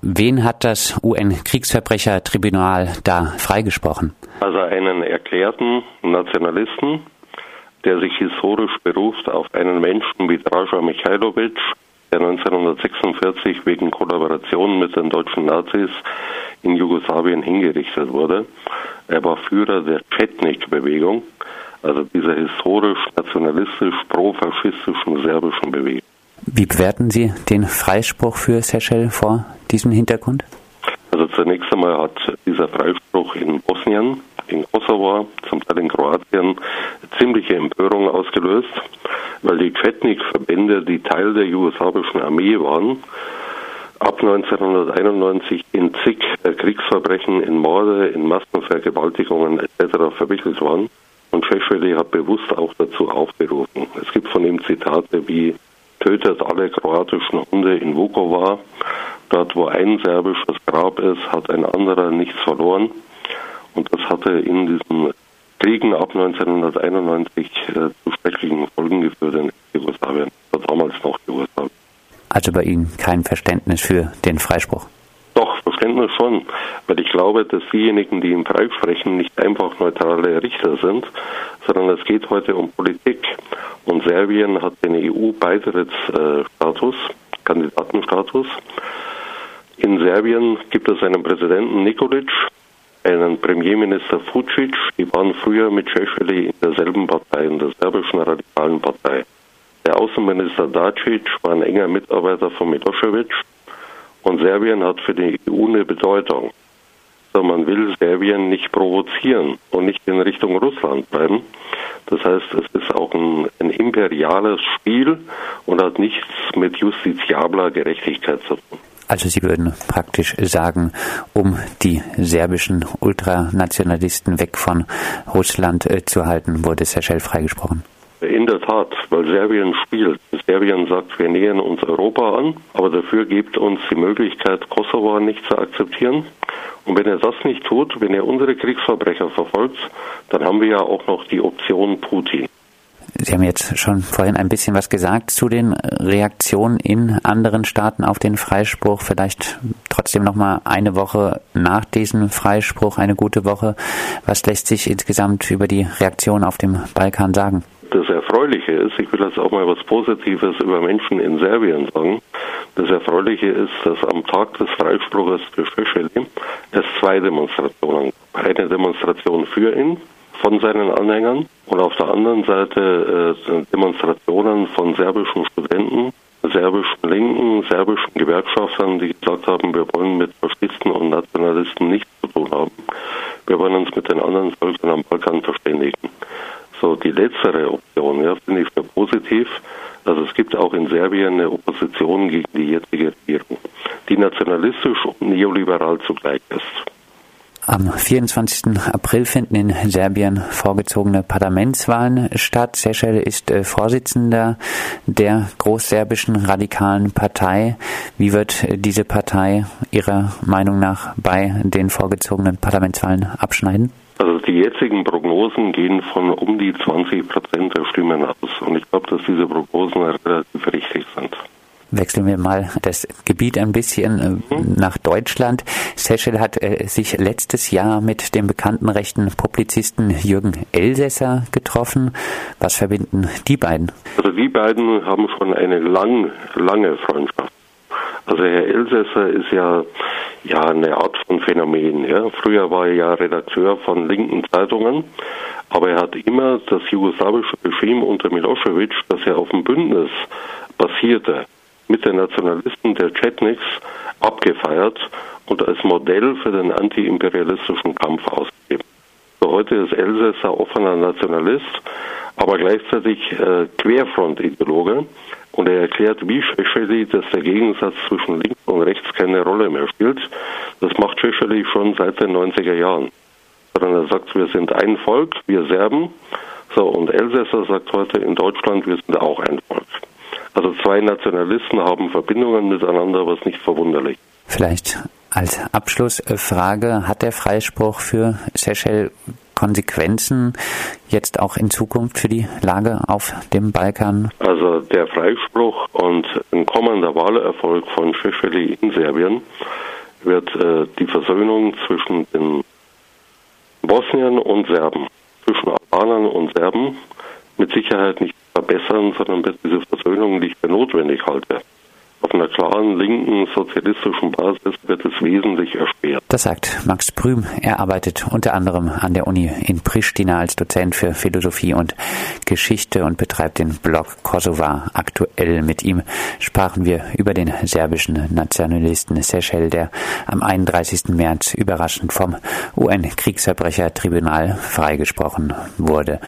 Wen hat das UN-Kriegsverbrechertribunal da freigesprochen? Also einen erklärten Nationalisten, der sich historisch beruft auf einen Menschen wie Draža Mihajlović, der 1946 wegen Kollaboration mit den deutschen Nazis in Jugoslawien hingerichtet wurde. Er war Führer der Chetnik-Bewegung, also dieser historisch-nationalistisch pro-faschistischen serbischen Bewegung. Wie bewerten Sie den Freispruch für Šešelj vor diesem Hintergrund? Also zunächst einmal hat dieser Freispruch in Bosnien, in Kosovo, zum Teil in Kroatien, ziemliche Empörung ausgelöst, weil die Chetnik-Verbände, die Teil der jugoslawischen Armee waren, ab 1991 in zig Kriegsverbrechen, in Morde, in Massenvergewaltigungen etc. verwickelt waren. Und Šešelj hat bewusst auch dazu aufgerufen. Es gibt von ihm Zitate wie: Tötet alle kroatischen Hunde in Vukovar. Dort, wo ein serbisches Grab ist, hat ein anderer nichts verloren. Und das hatte in diesen Kriegen ab 1991 zu schrecklichen Folgen geführt in Jugoslawien, war damals noch Jugoslawien. Also bei Ihnen kein Verständnis für den Freispruch? Doch, Verständnis schon, weil ich glaube, dass diejenigen, die ihn freisprechen, nicht einfach neutrale Richter sind, sondern es geht heute um Politik. Und Serbien hat den EU-Beitrittsstatus, Kandidatenstatus. In Serbien gibt es einen Präsidenten Nikolić, einen Premierminister Vučić, die waren früher mit Šešelj in derselben Partei, in der serbischen radikalen Partei. Der Außenminister Dačić war ein enger Mitarbeiter von Milošević und Serbien hat für die EU eine Bedeutung. So, man will Serbien nicht provozieren und nicht in Richtung Russland treiben. Das heißt, es ist auch ein imperiales Spiel und hat nichts mit justiziabler Gerechtigkeit zu tun. Also Sie würden praktisch sagen, um die serbischen Ultranationalisten weg von Russland zu halten, wurde Šešelj freigesprochen. In der Tat, weil Serbien spielt. Serbien sagt, wir nähern uns Europa an, aber dafür gibt uns die Möglichkeit, Kosovo nicht zu akzeptieren. Und wenn er das nicht tut, wenn er unsere Kriegsverbrecher verfolgt, dann haben wir ja auch noch die Option Putin. Sie haben jetzt schon vorhin ein bisschen was gesagt zu den Reaktionen in anderen Staaten auf den Freispruch. Vielleicht trotzdem noch mal eine Woche nach diesem Freispruch, eine gute Woche. Was lässt sich insgesamt über die Reaktion auf dem Balkan sagen? Das Erfreuliche ist, ich will jetzt auch mal was Positives über Menschen in Serbien sagen. Das Erfreuliche ist, dass am Tag des Freispruches für Šešelj es zwei Demonstrationen gab. Eine Demonstration für ihn von seinen Anhängern und auf der anderen Seite Demonstrationen von serbischen Studenten, serbischen Linken, serbischen Gewerkschaftern, die gesagt haben, wir wollen mit Faschisten und Nationalisten nichts zu tun haben. Wir wollen uns mit den anderen Völkern am Balkan verständigen. So, die letztere Option, ja, finde ich sehr positiv. Also es gibt auch in Serbien eine Opposition gegen die jetzige Regierung, die nationalistisch und neoliberal zugleich ist. Am 24. April finden in Serbien vorgezogene Parlamentswahlen statt. Šešelj ist Vorsitzender der großserbischen radikalen Partei. Wie wird diese Partei Ihrer Meinung nach bei den vorgezogenen Parlamentswahlen abschneiden? Also die jetzigen Prognosen gehen von um die 20% der Stimmen aus. Und ich glaube, dass diese Prognosen relativ richtig sind. Wechseln wir mal das Gebiet ein bisschen nach Deutschland. Šešelj hat sich letztes Jahr mit dem bekannten rechten Publizisten Jürgen Elsässer getroffen. Was verbinden die beiden? Also die beiden haben schon eine lange Freundschaft. Also Herr Elsässer ist ja eine Art von Phänomen. Ja. Früher war er ja Redakteur von linken Zeitungen, aber er hat immer das jugoslawische Regime unter Milošević, das ja auf dem Bündnis basierte, mit den Nationalisten der Chetniks abgefeiert und als Modell für den antiimperialistischen Kampf ausgegeben. So, heute ist Elsässer offener Nationalist, aber gleichzeitig Querfront-Ideologe und er erklärt wie Šešelj, dass der Gegensatz zwischen links und rechts keine Rolle mehr spielt. Das macht Šešelj schon seit den 90er Jahren. Sondern er sagt, wir sind ein Volk, wir Serben. So, und Elsässer sagt heute in Deutschland, wir sind auch ein Volk. Also zwei Nationalisten haben Verbindungen miteinander, was nicht verwunderlich. Vielleicht als Abschlussfrage, hat der Freispruch für Šešelj Konsequenzen jetzt auch in Zukunft für die Lage auf dem Balkan? Also der Freispruch und ein kommender Wahlerfolg von Šešelj in Serbien wird die Versöhnung zwischen den Bosniern und Serben, zwischen Albanern und Serben mit Sicherheit nicht verbessern, sondern wird diese Versöhnung nicht für notwendig halten. Auf einer klaren linken sozialistischen Basis wird es wesentlich erschwert. Das sagt Max Prüm. Er arbeitet unter anderem an der Uni in Pristina als Dozent für Philosophie und Geschichte und betreibt den Blog Kosovar aktuell. Mit ihm sprachen wir über den serbischen Nationalisten Šešelj, der am 31. März überraschend vom UN-Kriegsverbrechertribunal freigesprochen wurde.